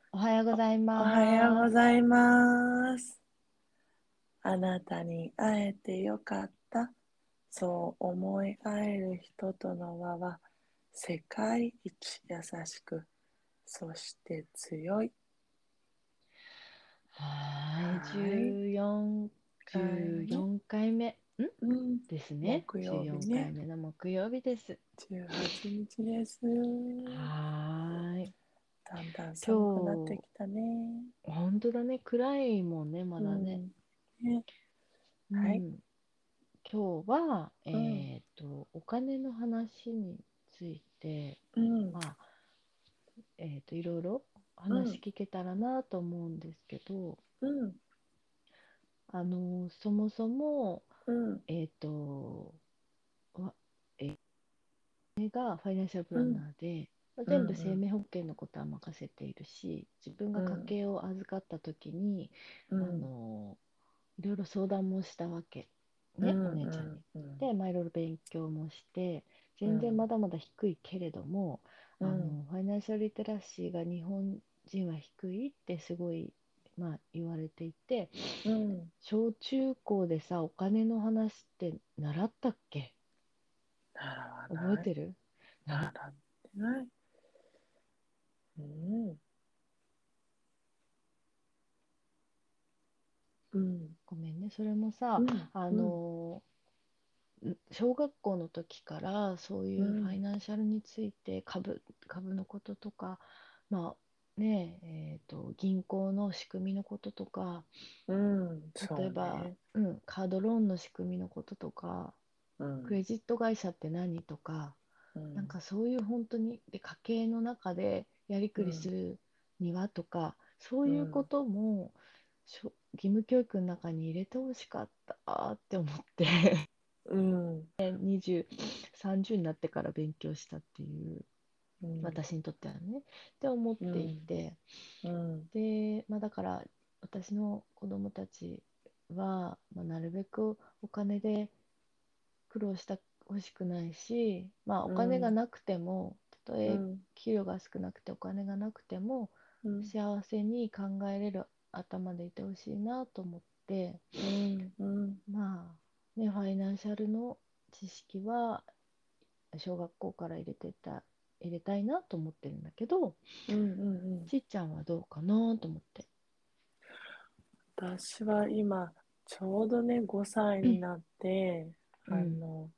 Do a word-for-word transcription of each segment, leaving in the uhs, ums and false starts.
おはようございおはようます。 ございます。あなたに会えてよかった。そう思い合える人との輪は世界一優しく、そして強い。 はーい、 はい。 じゅうよん、14 かいね。 回目、んうん。 ですね。 木曜 14 日ね。 回目の木曜日です。 じゅうはちにちです。 はーい。 だんだん寒くなって今きたね。 日、本当だね、暗いもんね、まだね。 うん。ね。はい。 うん。今日は、 うん。 えっと、お金の話について、 うん。 まあ、えっと、いろいろうん。 話聞けたらなと思うんですけど、 うん。 あの、そもそも、 うん。 えっと、わえがファイナンシャルプランナうん。 ーで、まあうん。 全部生うん。 命保険のことは任せているし、自分が家うん。 計を預かった時に、あうん。 のいろいろ相談もしたわけ、ね、おうん。 姉ちゃんに。 うん。 で、まあ、いろいろ勉強もして、全然まうん。 だまだ低いけれども、 うん。 あのファイナンシャルリテラシーが日本人は低いってすごい、まあ、言われていて、 うん。 小中高でさ、お金の話って習ったっけ？ 習わない。 覚えてる？習っ習ってない。うん。うん。 ごめんね、それもさ、 うん。 あうん。 のん小学校の時からそういうファイうん。 ナンシャルについて株、株のこととか、まあねえ、ーと、銀行の仕組みのこととか、 うん。 例えば、 そうね。 うん、カードローンの仕組みのこととか、 うん。 クレジット会社って何とか、 うん。 なんかそういう本当に、で、家計の中でやりくりすうん。 るにはとか、そういうこうん。 ともしょ義務教育の中に入れてほしかったって思ってうん。 にじゅう、さんじゅうになってから勉強したっていう、 うん。 私にとってはね、って思っていうん。 て、 うん。 で、まあ、だから私の子供たちは、まあ、なるべくお金で苦労してほしくないし、まあ、お金がなくても、たとえうん。 給料が少なくてお金がなくても、 うん。 幸せに考えれる頭でいてほしいなと思って、 うん。うん。 まあ、ね、ファイナンシャルの知識は小学校から入れてた、入れたいなと思ってるんだけど、 うん。 ちっちゃんはどうかなと思って。 私は今、ちょうどね、ごさいになって、 うん、 あの、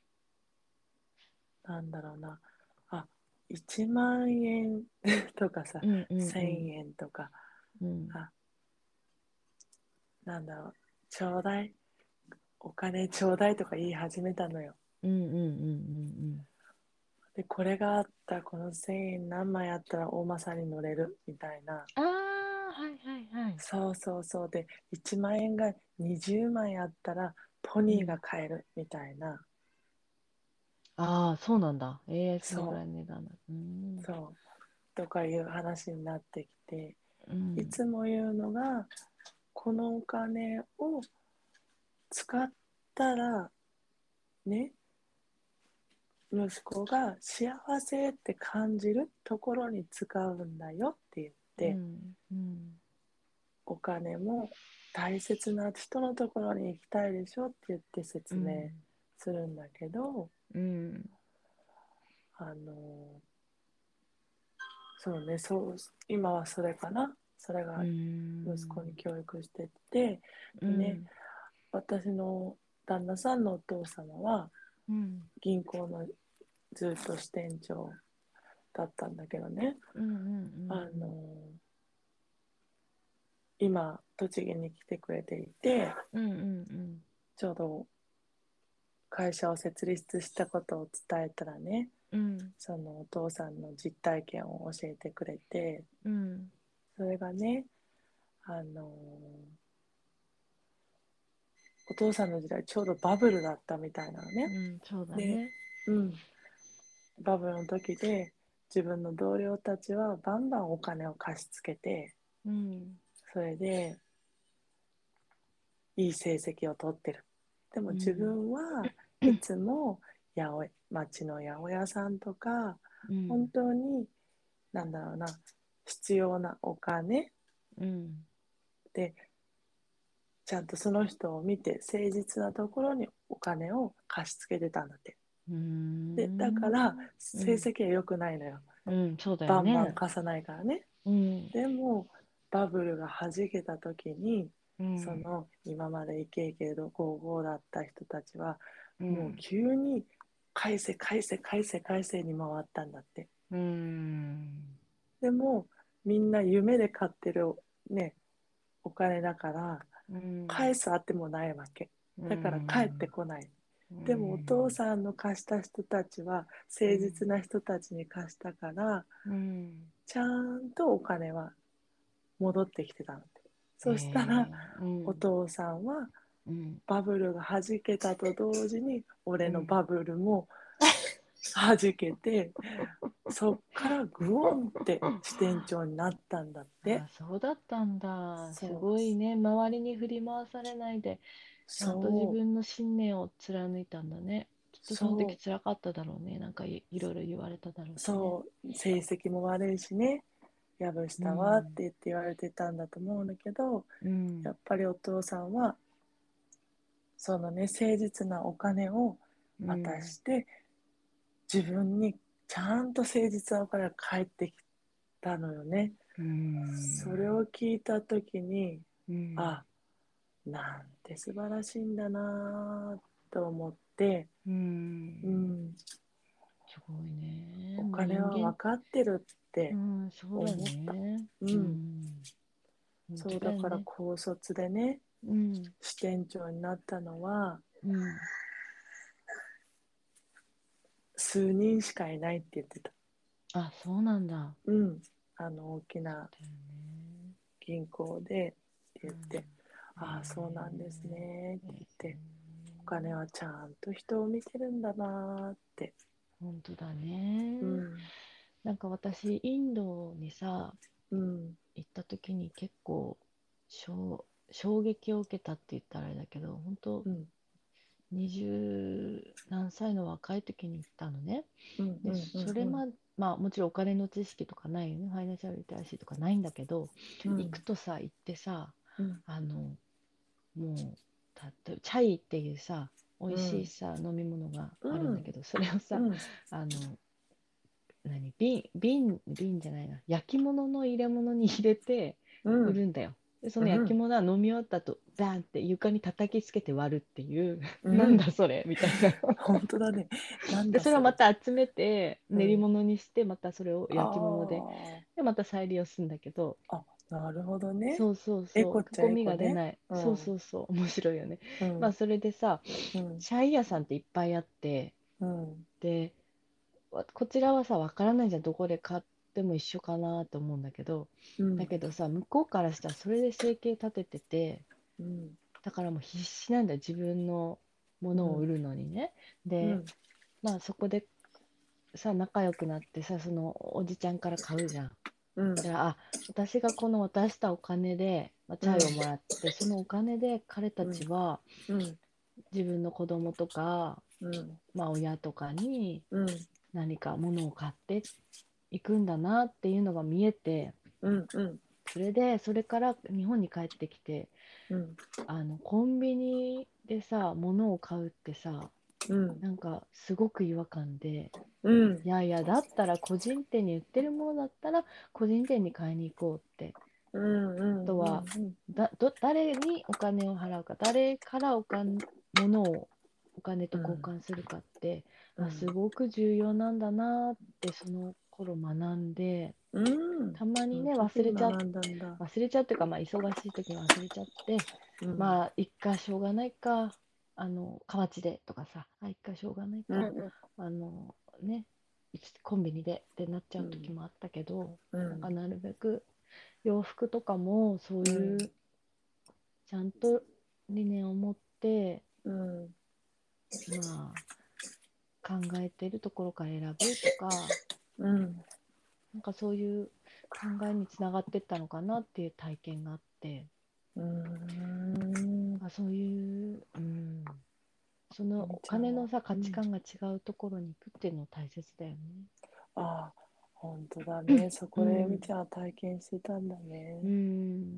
なんだろうな、あ、いちまん円とかさ、 うん、うん、う 1000 ん、 円とか、 うん、 あ、なんだろう、ちょうだい、お金ちょうだいとか言い始めたのよ。 うん、うん、うん、うん。 で、これがあったら、このせんえん何枚あったら大政に乗れるみたいな。 ああ、はいはいはい。 そうそうそう。で、いちまん円がにじゅうまいあったら、ポニーがうん。 買えるみたいな。 ああ、そうなんだ。ええー、そのぐらいその値段だ。うん、 う、そう。とかいう話になってきて、 うん、 いつも言うのが、このお金を使ったら、ね、息子が幸せって感じるところに使うんだよって言って、 うん、うん、 お金も大切な人のところに行きたいでしょって言ってうん、 説明するんだけど、 うん、 あのそうね、そう今はそれかな、それうが息子にん、 教育してて、でね、 うん、 私の旦那さんのお父様はうん、 銀行のずっと支店長だったんだけどね、 うん、うん、 あの今栃木に来てくれていて、 うん、うん、 ちょうど会社を設立したことを伝えたらね、 うん、 そのお父さんの実体験を教えてくれて、 うん、 それがね、あのお父さんの時代ちょうどバブルだったみたいなのね。 うん、そうだで、 ね。 うん、バブルの時で自分の同僚たちはバンバンお金を貸し付けて、 うん、 それでいい成績を取ってる。でも自うん、 分はいつも八百町の八百屋さんとか、 うん、 本当になんだろうな、 必要なお金うんで、ちゃんとその人を見て誠実なところにお金を貸し付けてたんだって。 うーでだからん成績は良くないのよ。 うん、そうだよバンバンね。 貸さないからね。 うんでもバブルが弾けた時に、 うんその今までイケイケゴーゴーだった人たちはもううん急に返せ返せ返せ返せに回ったんだって。 うんでもみんな夢で買ってるねお金だからうん返すあってもないわけ。 うだから帰ってんこない。 うでもお父んさんの貸した人たちは誠実な人たちに貸したからうんちゃんとお金は戻ってきてたので、そしたらえーうんお父さんはうんバブルが弾けたと同時に俺うんのバブルも弾けて、そっからグオンって支店長になったんだって。 あ、そうだったんだ。すそうごいね。周りに振り回されないで、ちゃんと自そう分の信念を貫いたんだね。きっとその時そ辛かっただろうね。なんかい、いろいろ言われただろううしね。 そう成績も悪いしね、やぶしうたわってん。 言って言われてたんだと思うんだけど、 うん。 やっぱりお父さんはそのね誠実なお金を渡うん。 して自分にちゃんと誠実なお金が返ってきたのよね。 うそれん。 を聞いた時に、 うん。 あ、なんて素晴らしいんだなと思って、 うん。 うん、 すごいね。 おもう金は分人間、 かってるってうん、そうだ思った。 ね。ううん、 ん。本そうだから当だよね。 高卒でねうん。 支店長になったのはうん。 数人しかいないって言ってた。 あ、そうなんだ。 うん、あの大きなだよね。 銀行でってうん。 言って、 えああそうなんですねってー、え言って、おー金はちゃんと人を見てるんだなって。 本当だね。 うん、 なんか私、インドにさ、 うん、 行った時に結構衝、衝撃を受けたって言ったらあれだけど、本当、 うん、 にじゅう何歳の若い時に行ったのね。 うん、 で、 うん、うん、うん、 それま、まあもちろんお金の知識とかないよね。ファイナンシャルリテラシーとかないんだけど、行くうん、 とさ、行ってさ、 うん、 あの、もう、たとチャイっていうさ、美味しいうん、 さ、飲み物がうん、 あるんだけど、それをさ、 うん、 あの、何瓶、瓶、瓶じゃないな、焼き物の入れ物に入れてうん、 売るんだよ。で、その焼きうん、 物は飲み終わった後、バーンって床に叩きつけて割るっていう、 うなんん、 だそれみたいな。 本当だね。なんで、それをまだそれ。 た集めて練りうん。 物にして、またそれをあ焼き物で、で、また再利用するんだけど、 あ、あ、なるほどね。 そうそうそう、 エコっちゃゴミエコね。 が出ない。そううん、 そうそう、面白いよね。 うん、 まあ、それでさ、 うん、 チャイ屋さんっていっぱいあって、 うん、 で、わこちらはさ、わからないじゃん、どこで買っても一緒かなと思うんだけど、 うん、 だけどさ、向こうからしたらそれで生計立ててて、 うん、 だからもう必死なんだよ、自分のもうん、 のを売るのにね。で、 うん、 まあそこでさ、仲良くなってさ、そのおじちゃんから買うじゃん。 うん、 じゃあ、あ、私がこの渡したお金で、まあ、チうん、 ャイをもらって、そのお金で彼たうん、 ちはうん、 自分の子供とか、 うん、 まあ親とかにうん、 何か物を買っていくんだなっていうのが見えて、 うん、うん、 それで、それから日本に帰ってきて、 うん、 あの、コンビニでさ、物を買うってさ、 うん、 なんかすごく違和感で、 うん、 いやいや、だったら個人店に売ってるものだったら、個人店に買いに行こうって。 うん、うあとは、 ん、 だ、ど、誰にお金を払うか、誰からお金、物をお金と交換するかって、あ、すごく重要なんだなって、その頃学んで、 うん、 たまにね、 その時に忘れちゃっ学んだんだ。 忘れちゃうっていうか、まあ、忙しい時に忘れちゃって、 うん、 まあ、一回しょうがないか、あの、河内でとかさ、あ、一回しょうがないうん、 か、あの、ね、いつコンビニでってなっちゃう時うん、 もあったけど、 うん、 なんかなるべく洋服とかもそううん、 いうちゃんと理念を持って、 うん、 まあ、考えてるところから選ぶとか、 うん、 なんかそういう考えにつながってったのかなっていう体験があって、 うん。 あ、そういう、うん、そのおみーちゃんは、 金のさ、価うん、 値観が違うところに行くっていうの大切だよね。 ああ、本当だね。そこでみちゃんは体験してたんだね。 うん。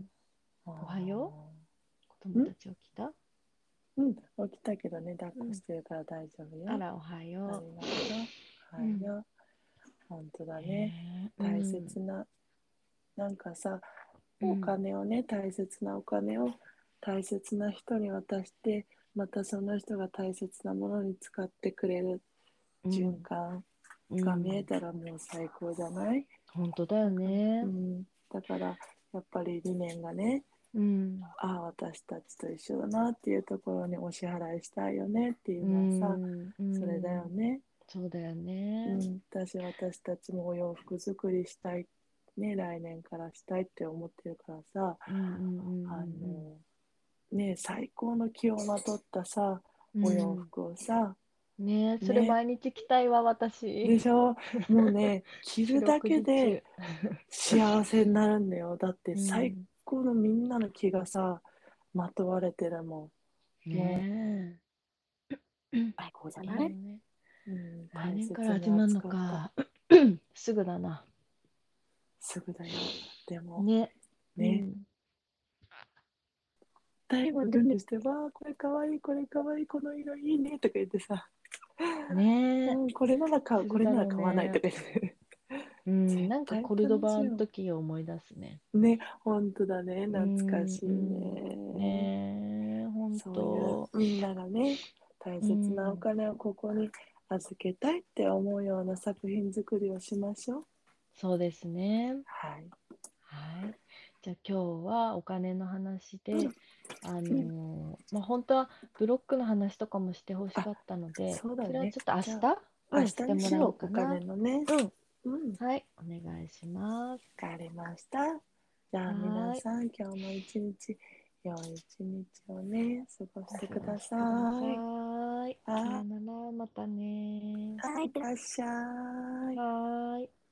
あおはよう。子ーん供たち起きた？ うん、起きたけどね、抱っうん。 こしてるから大丈夫よ。 あら、おはありよがとう。 う。うん。 はいよ。本当だね。 ねえ。う大ん。 切な、なんかさ、おうん。 金をね、大切なお金を大切な人に渡して、またその人が大切なものに使ってくれる循うん。 環うが見えん。 たらもう最高じゃない？ 本当だよだから、うね。 ん、だからやっぱり理念がね、 うん。 ああ、私たちと一緒だなっていうところにお支払いしたいよねっていううのはさ、 ん。うそれだよん。 ね。 そうだよね。 うん、私、私たちもお洋服作りしたい、ね、来年からしたいって思ってるからさ、 うんうんあの、ね、最高の気をまとったさ、 うんうん。 お洋うん。 服をさ、 ねえ、それね、 毎日着たいわ、私。 でしょ？もうね、着四るだ六時中。 けで幸せになるんだよ。だって最うん。 高のみんなの気がさ、まとわれてるもん。もうねえ。 最高じゃない？ いいよね。 うん、 来大年から切に始まるの扱った。 か。すぐだな。 すぐだよ。でも、 ね。うね、 ん。 最後にして、わあ、これかわいい、これかわいい、この色いいねとか言ってさ、 ねえ。 うん、これなら買う、これならするだろう買わないとね。 か言って。 うん。 絶なんか対コルドバの楽しいよ。 時を思い出すね。 ね、本当だね、 う懐かん。 しいうん。 ね。 ねえ。ほんそういうと。 みんながね、大う切なおん。 金をここに預けたいって思うような作品作りをしましょう。 そうですね。 はい。 はい。じゃあ今日はお金の話で、 うん、 あうん。 のーまあ、本当はブロックの話とかもしてほしあ、 かったので、 そうだね。 それはちょっと明じゃあ、 日、 明うん、してもらおう日にしよう、おかな。 金のね。 うん。 うん。 はい。お願いします。 わかりました。じゃあ皆はーい。 さん、今日も一日、良い一日をね、過ごしお過ごてくださしください。 い。さよはなら。またね。 い、いってらっしゃい。 はーい。